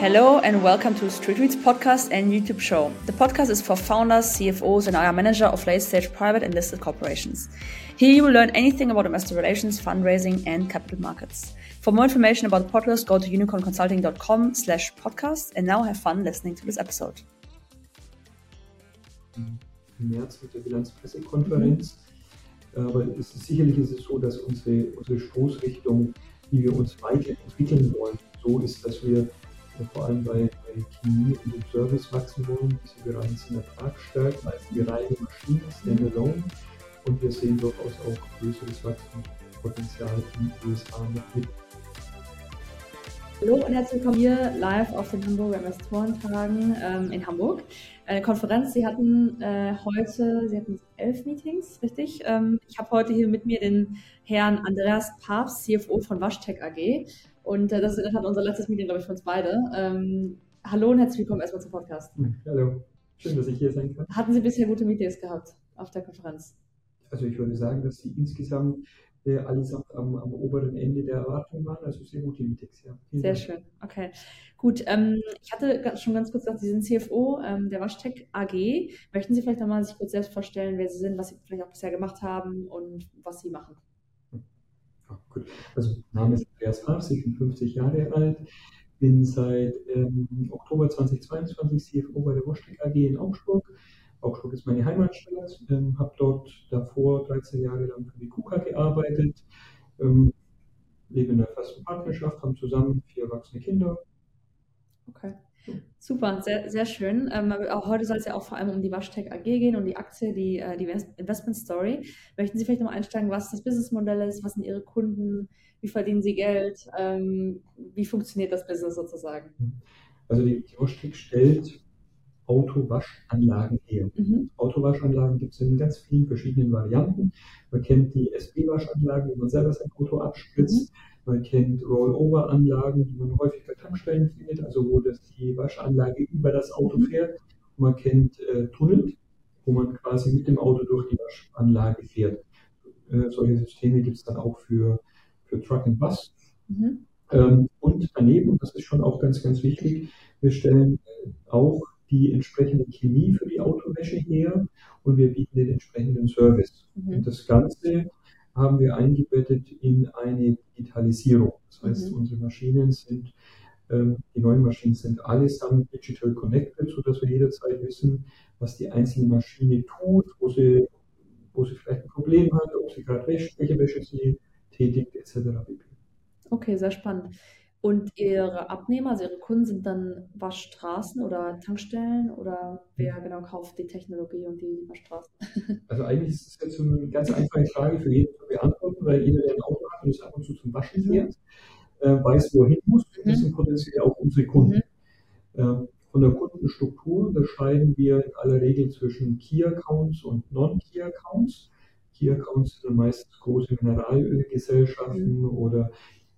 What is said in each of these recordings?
Hello and welcome to Street Reads podcast and YouTube show. The podcast is for founders, CFOs and our manager of late-stage private and listed corporations. Here you will learn anything about investor relations, fundraising and capital markets. For more information about the podcast, go to unicornconsulting.com/podcast and now have fun listening to this episode. Im März mit der Bilanzpressekonferenz. Aber sicherlich ist es so, dass unsere Stoßrichtung, wie wir uns weiterentwickeln wollen, so ist, dass wir vor allem bei Chemie und dem Service wachsen wollen. Diese Bereiche sind ertragsstärker als die reine Maschine, standalone. Und wir sehen durchaus auch größeres Wachstumspotenzial in den USA noch mit. Hallo und herzlich willkommen hier live auf den Hamburger Investorentagen in Hamburg. Eine Konferenz, Sie hatten 11 Meetings, richtig? Ich habe heute hier mit mir den Herrn Andreas Pabst, CFO von WashTec AG. Und das ist in der Tat unser letztes Meeting, glaube ich, für uns beide. Hallo und herzlich willkommen erstmal zum Podcast. Hallo, schön, dass ich hier sein kann. Hatten Sie bisher gute Meetings gehabt auf der Konferenz? Also ich würde sagen, dass Sie insgesamt allesamt am oberen Ende der Erwartung waren, also sehr gute Meetings, ja. Sehr schön, okay. Gut, ich hatte schon ganz kurz gesagt, Sie sind CFO der WashTec AG. Möchten Sie vielleicht nochmal sich kurz selbst vorstellen, wer Sie sind, was Sie vielleicht auch bisher gemacht haben und was Sie machen? Ja, gut. Also mein Name ist Andreas Pabst, ich bin 50 Jahre alt, bin seit Oktober 2022 CFO bei der WashTec AG in Augsburg. Augsburg ist meine Heimatstadt, habe dort davor 13 Jahre lang für die KUKA gearbeitet, lebe in einer festen Partnerschaft, haben zusammen 4 erwachsene Kinder. Okay, super, sehr, sehr schön. Auch heute soll es ja auch vor allem um die WashTec AG gehen, um die Aktie, die Investment Story. Möchten Sie vielleicht noch einsteigen, was das Businessmodell ist, was sind Ihre Kunden, wie verdienen Sie Geld, wie funktioniert das Business sozusagen? Also die WashTec stellt Autowaschanlagen her. Autowaschanlagen gibt es in ganz vielen verschiedenen Varianten. Man kennt die SB-Waschanlagen, wo man selber sein Auto abspritzt. Man kennt Rollover-Anlagen, die man häufig bei Tankstellen findet, also wo die Waschanlage über das Auto fährt. Man kennt Tunnel, wo man quasi mit dem Auto durch die Waschanlage fährt. Solche Systeme gibt es dann auch für Truck and Bus. Und daneben, und das ist schon auch ganz, ganz wichtig, wir stellen auch die entsprechende Chemie für die Autowäsche her und wir bieten den entsprechenden Service. Und das Ganze haben wir eingebettet in eine Digitalisierung. Das heißt, unsere Maschinen sind, die neuen Maschinen sind allesamt digital connected, sodass wir jederzeit wissen, was die einzelne Maschine tut, wo sie vielleicht ein Problem hat, ob sie gerade wäscht, welche Wäsche sie tätigt, etc. Okay, sehr spannend. Und Ihre Abnehmer, also Ihre Kunden sind dann Waschstraßen oder Tankstellen oder wer genau kauft die Technologie und die Waschstraßen? Also eigentlich ist das jetzt so eine ganz einfache Frage für jeden zu beantworten, weil jeder, der ein Auto hat und es ab und zu zum Waschen fährt, weiß, wohin muss. Das sind potenziell auch unsere Kunden. Von der Kundenstruktur unterscheiden wir in aller Regel zwischen Key-Accounts und Non-Key-Accounts. Key-Accounts sind meistens große Mineralölgesellschaften oder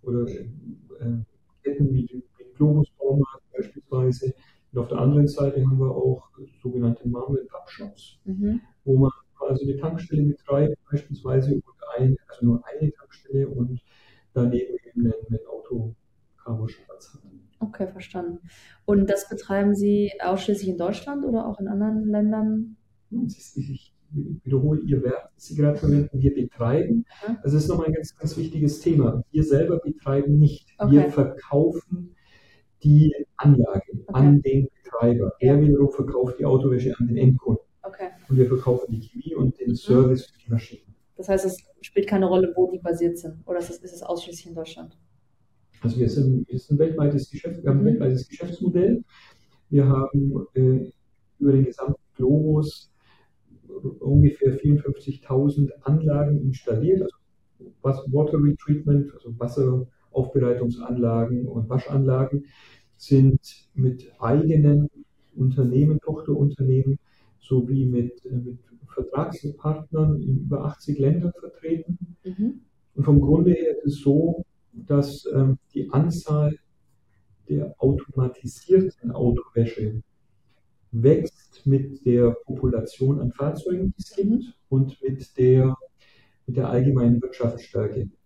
Ketten wie Globus Baumarkt beispielsweise. Und auf der anderen Seite haben wir auch sogenannte Mom-and-Pop-Shops, wo man quasi eine Tankstelle betreibt, beispielsweise also nur eine Tankstelle und daneben eben einen Auto-Carwash-Platz hat. Okay, verstanden. Und das betreiben Sie ausschließlich in Deutschland oder auch in anderen Ländern? Ich wiederhole Ihr Verb, das Sie gerade verwenden, wir betreiben. Also das ist nochmal ein ganz, ganz wichtiges Thema. Wir selber betreiben nicht. Wir verkaufen die Anlage an den Betreiber. Er wiederum verkauft die Autowäsche an den Endkunden. Und wir verkaufen die Chemie und den Service für die Maschinen. Das heißt, es spielt keine Rolle, wo die basiert sind, oder ist es ausschließlich in Deutschland? Also wir haben ein weltweites Geschäftsmodell. Wir haben über den gesamten Globus ungefähr 54.000 Anlagen installiert, also Water Retreatment, also Wasseraufbereitungsanlagen und Waschanlagen sind mit eigenen Unternehmen, Tochterunternehmen sowie mit Vertragspartnern in über 80 Ländern vertreten. Und vom Grunde her ist es so, dass die Anzahl der automatisierten Autowäsche wächst mit der Population an Fahrzeugen, die es gibt, und mit der allgemeinen Wirtschaftsstärke.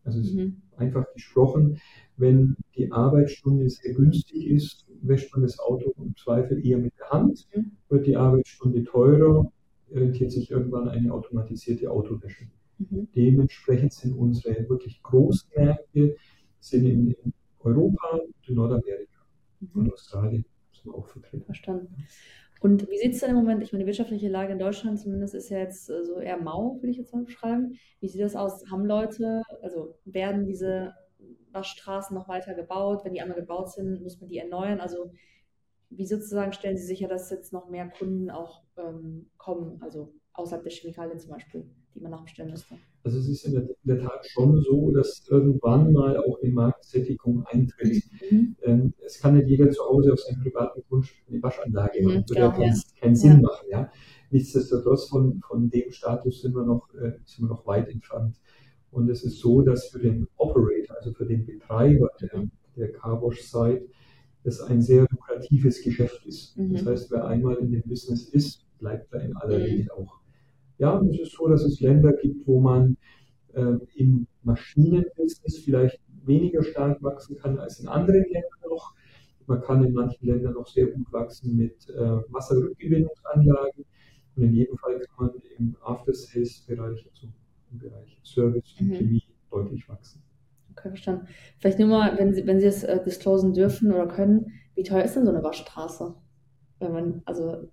Also es ist einfach gesprochen, wenn die Arbeitsstunde sehr günstig ist, wäscht man das Auto im Zweifel eher mit der Hand. Wird die Arbeitsstunde teurer, rentiert sich irgendwann eine automatisierte Autowäsche. Dementsprechend sind unsere wirklich großen Märkte sind in Europa und in Nordamerika und Australien sind auch vertreten. Verstanden. Und wie sieht es denn im Moment? Ich meine, die wirtschaftliche Lage in Deutschland zumindest ist ja jetzt so eher mau, würde ich jetzt mal beschreiben. Wie sieht das aus? Haben Leute, also werden diese Waschstraßen noch weiter gebaut? Wenn die einmal gebaut sind, muss man die erneuern? Also wie sozusagen stellen Sie sicher, dass jetzt noch mehr Kunden auch kommen, also außerhalb der Chemikalien zum Beispiel, die man nachbestellen müsste? Also es ist in der Tat schon so, dass irgendwann mal auch eine Marktsättigung eintritt. Es kann nicht jeder zu Hause auf seinem privaten Grundstück eine Waschanlage machen. Das würde ja keinen Sinn machen. Ja. Nichtsdestotrotz von dem Status sind wir noch weit entfernt. Und es ist so, dass für den Operator, also für den Betreiber der Carwash-Site, das ein sehr lukratives Geschäft ist. Das heißt, wer einmal in dem Business ist, bleibt da in aller Regel auch. Ja, und es ist so, dass es Länder gibt, wo man im Maschinenbusiness vielleicht weniger stark wachsen kann als in anderen Ländern noch. Man kann in manchen Ländern noch sehr gut wachsen mit Wasserrückgewinnungsanlagen. Und in jedem Fall kann man im After-Sales-Bereich, also im Bereich Service und Chemie, deutlich wachsen. Okay, verstanden. Vielleicht nur mal, wenn Sie es disclosen dürfen oder können, wie teuer ist denn so eine Waschstraße? Wenn man, also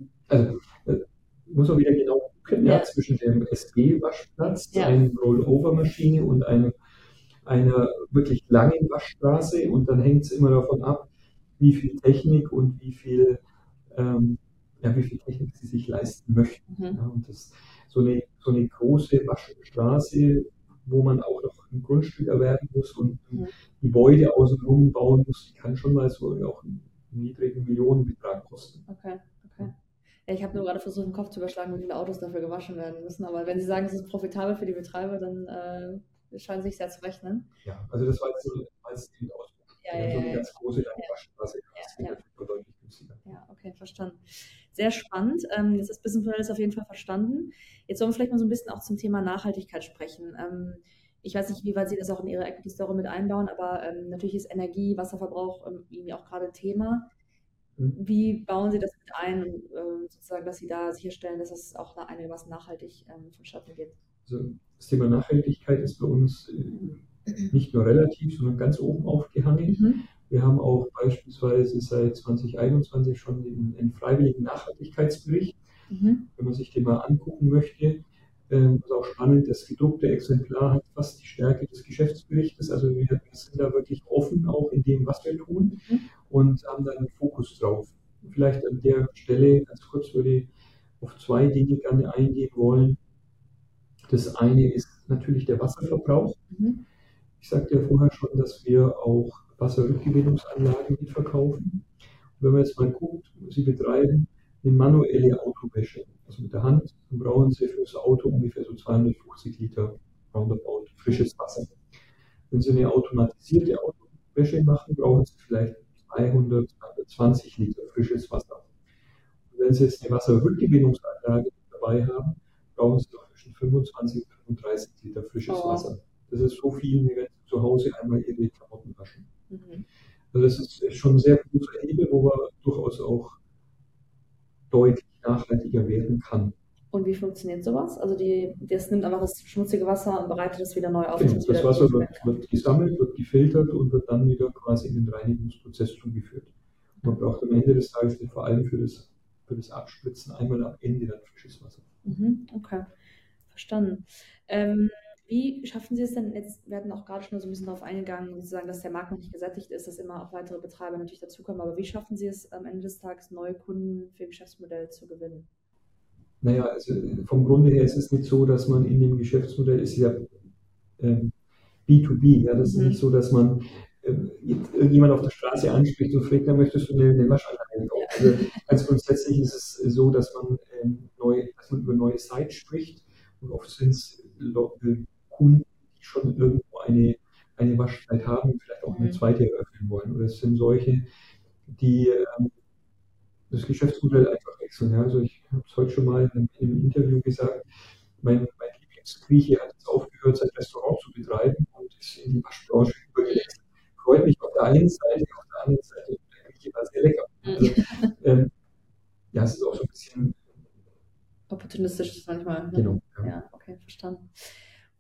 muss man wieder genau gucken, zwischen dem SG-Waschplatz, einer Rollover-Maschine und einer wirklich langen Waschstraße, und dann hängt es immer davon ab, wie viel Technik und wie viel Technik Sie sich leisten möchten. Ja, und so eine große Waschstraße, wo man auch noch ein Grundstück erwerben muss und ein Gebäude außenrum bauen muss, die kann schon mal so auch einen niedrigen Millionenbetrag kosten. Okay. Ja, ich habe nur gerade versucht, den Kopf zu überschlagen, wie viele Autos dafür gewaschen werden müssen. Aber wenn Sie sagen, es ist profitabel für die Betreiber, dann scheint es sich sehr zu rechnen. Ja, also das war jetzt so als Ausdruck. So eine ganz große Waschstraße deutlich günstiger. Ja, okay, verstanden. Sehr spannend. Jetzt ist Business Modell auf jeden Fall verstanden. Jetzt sollen wir vielleicht mal so ein bisschen auch zum Thema Nachhaltigkeit sprechen. Ich weiß nicht, wie weit Sie das auch in Ihre Equity Story mit einbauen, aber natürlich ist Energie, Wasserverbrauch irgendwie auch gerade ein Thema. Wie bauen Sie das mit ein, sozusagen, dass Sie da sicherstellen, dass es auch einigermaßen nachhaltig vonstatten geht? Also das Thema Nachhaltigkeit ist bei uns nicht nur relativ, sondern ganz oben aufgehangen. Wir haben auch beispielsweise seit 2021 schon einen freiwilligen Nachhaltigkeitsbericht. Wenn man sich den mal angucken möchte, ist auch spannend, das gedruckte Exemplar hat fast die Stärke des Geschäftsberichtes. Also wir sind da wirklich offen auch in dem, was wir tun, und haben da einen Fokus drauf. Vielleicht an der Stelle ganz kurz würde ich auf zwei Dinge gerne eingehen wollen. Das eine ist natürlich der Wasserverbrauch. Ich sagte ja vorher schon, dass wir auch Wasserrückgewinnungsanlagen mitverkaufen. Und wenn man jetzt mal guckt, Sie betreiben eine manuelle Autowäsche, also mit der Hand, dann brauchen Sie für das Auto ungefähr so 250 Liter roundabout frisches Wasser. Wenn Sie eine automatisierte Autowäsche machen, brauchen Sie vielleicht 220 Liter frisches Wasser. Und wenn Sie jetzt eine Wasserrückgewinnungsanlage dabei haben, brauchen Sie noch zwischen 25 und 35 Liter frisches Wasser. Das ist so viel, wie wenn Sie zu Hause einmal Ihre Klamotten waschen. Also das ist schon ein sehr großer Hebel, wo man durchaus auch deutlich nachhaltiger werden kann. Und wie funktioniert sowas? Also das nimmt einfach das schmutzige Wasser und bereitet es wieder neu auf. Genau, das Wasser wird gesammelt, wird gefiltert und wird dann wieder quasi in den Reinigungsprozess zugeführt. Man braucht am Ende des Tages vor allem für das Abspritzen einmal am Ende dann frisches Wasser. Okay, verstanden. Wie schaffen Sie es denn jetzt, wir hatten auch gerade schon so ein bisschen darauf eingegangen, sozusagen, dass der Markt noch nicht gesättigt ist, dass immer auch weitere Betreiber natürlich dazukommen, aber wie schaffen Sie es am Ende des Tages, neue Kunden für Ihr Geschäftsmodell zu gewinnen? Naja, also vom Grunde her ist es nicht so, dass man in dem Geschäftsmodell ist ja B2B, ja, das ist nicht so, dass man irgendjemand auf der Straße anspricht und fragt, dann möchtest du eine Waschanlage kaufen. Also ganz grundsätzlich ist es so, dass man über neue Sites spricht, und oft sind es Kunden, die schon irgendwo eine Waschzeit haben und vielleicht auch eine zweite eröffnen wollen. Oder es sind solche, die das Geschäftsmodell einfach wechseln. Ja. Also ich habe es heute schon mal in einem Interview gesagt, mein Lieblingsgrieche hat jetzt aufgehört, sein Restaurant zu betreiben, und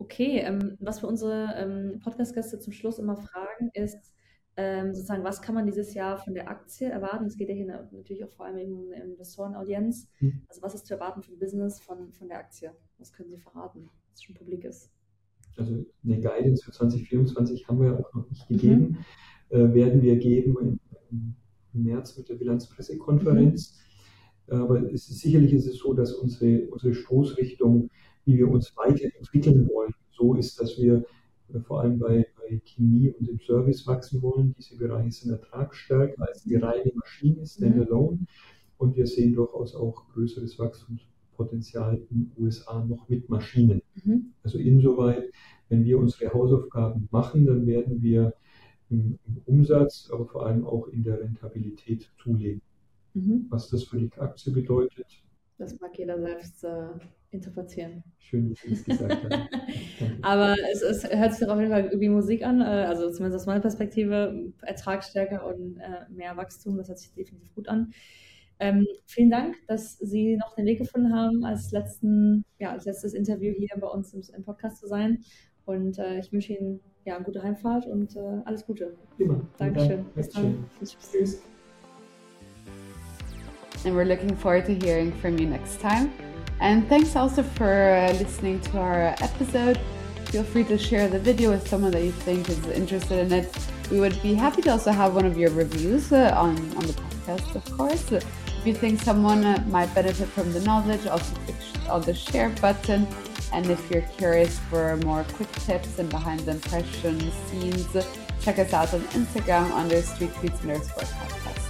Okay, was wir unsere Podcast-Gäste zum Schluss immer fragen, ist sozusagen, was kann man dieses Jahr von der Aktie erwarten? Es geht ja hier natürlich auch vor allem um eine Investorenaudienz. Also was ist zu erwarten für ein Business von der Aktie? Was können Sie verraten, was schon publik ist? Also eine Guidance für 2024 haben wir ja auch noch nicht gegeben. Werden wir geben im März mit der Bilanzpressekonferenz. Aber sicherlich ist es so, dass unsere Stoßrichtung, wie wir uns weiterentwickeln wollen, so ist, dass wir vor allem bei Chemie und im Service wachsen wollen. Diese Bereiche sind ertragsstärker als die reine Maschine, standalone. Und wir sehen durchaus auch größeres Wachstumspotenzial in den USA noch mit Maschinen. Also insoweit, wenn wir unsere Hausaufgaben machen, dann werden wir im Umsatz, aber vor allem auch in der Rentabilität zulegen. Was das für die Aktie bedeutet. Das mag jeder selbst interpretieren. Schön, dass Sie es gesagt haben. Aber es hört sich doch auf jeden Fall irgendwie Musik an, also zumindest aus meiner Perspektive, ertragsstärker und mehr Wachstum, das hört sich definitiv gut an. Vielen Dank, dass Sie noch den Weg gefunden haben, als letztes Interview hier bei uns im Podcast zu sein. Und ich wünsche Ihnen eine gute Heimfahrt und alles Gute. Immer. Dankeschön. Bis dann. Tschüss. And we're looking forward to hearing from you next time. And thanks also for listening to our episode. Feel free to share the video with someone that you think is interested in it. We would be happy to also have one of your reviews on the podcast, of course. If you think someone might benefit from the knowledge, also click on the share button. And if you're curious for more quick tips and behind the impression scenes, check us out on Instagram under streetfeeds_podcast.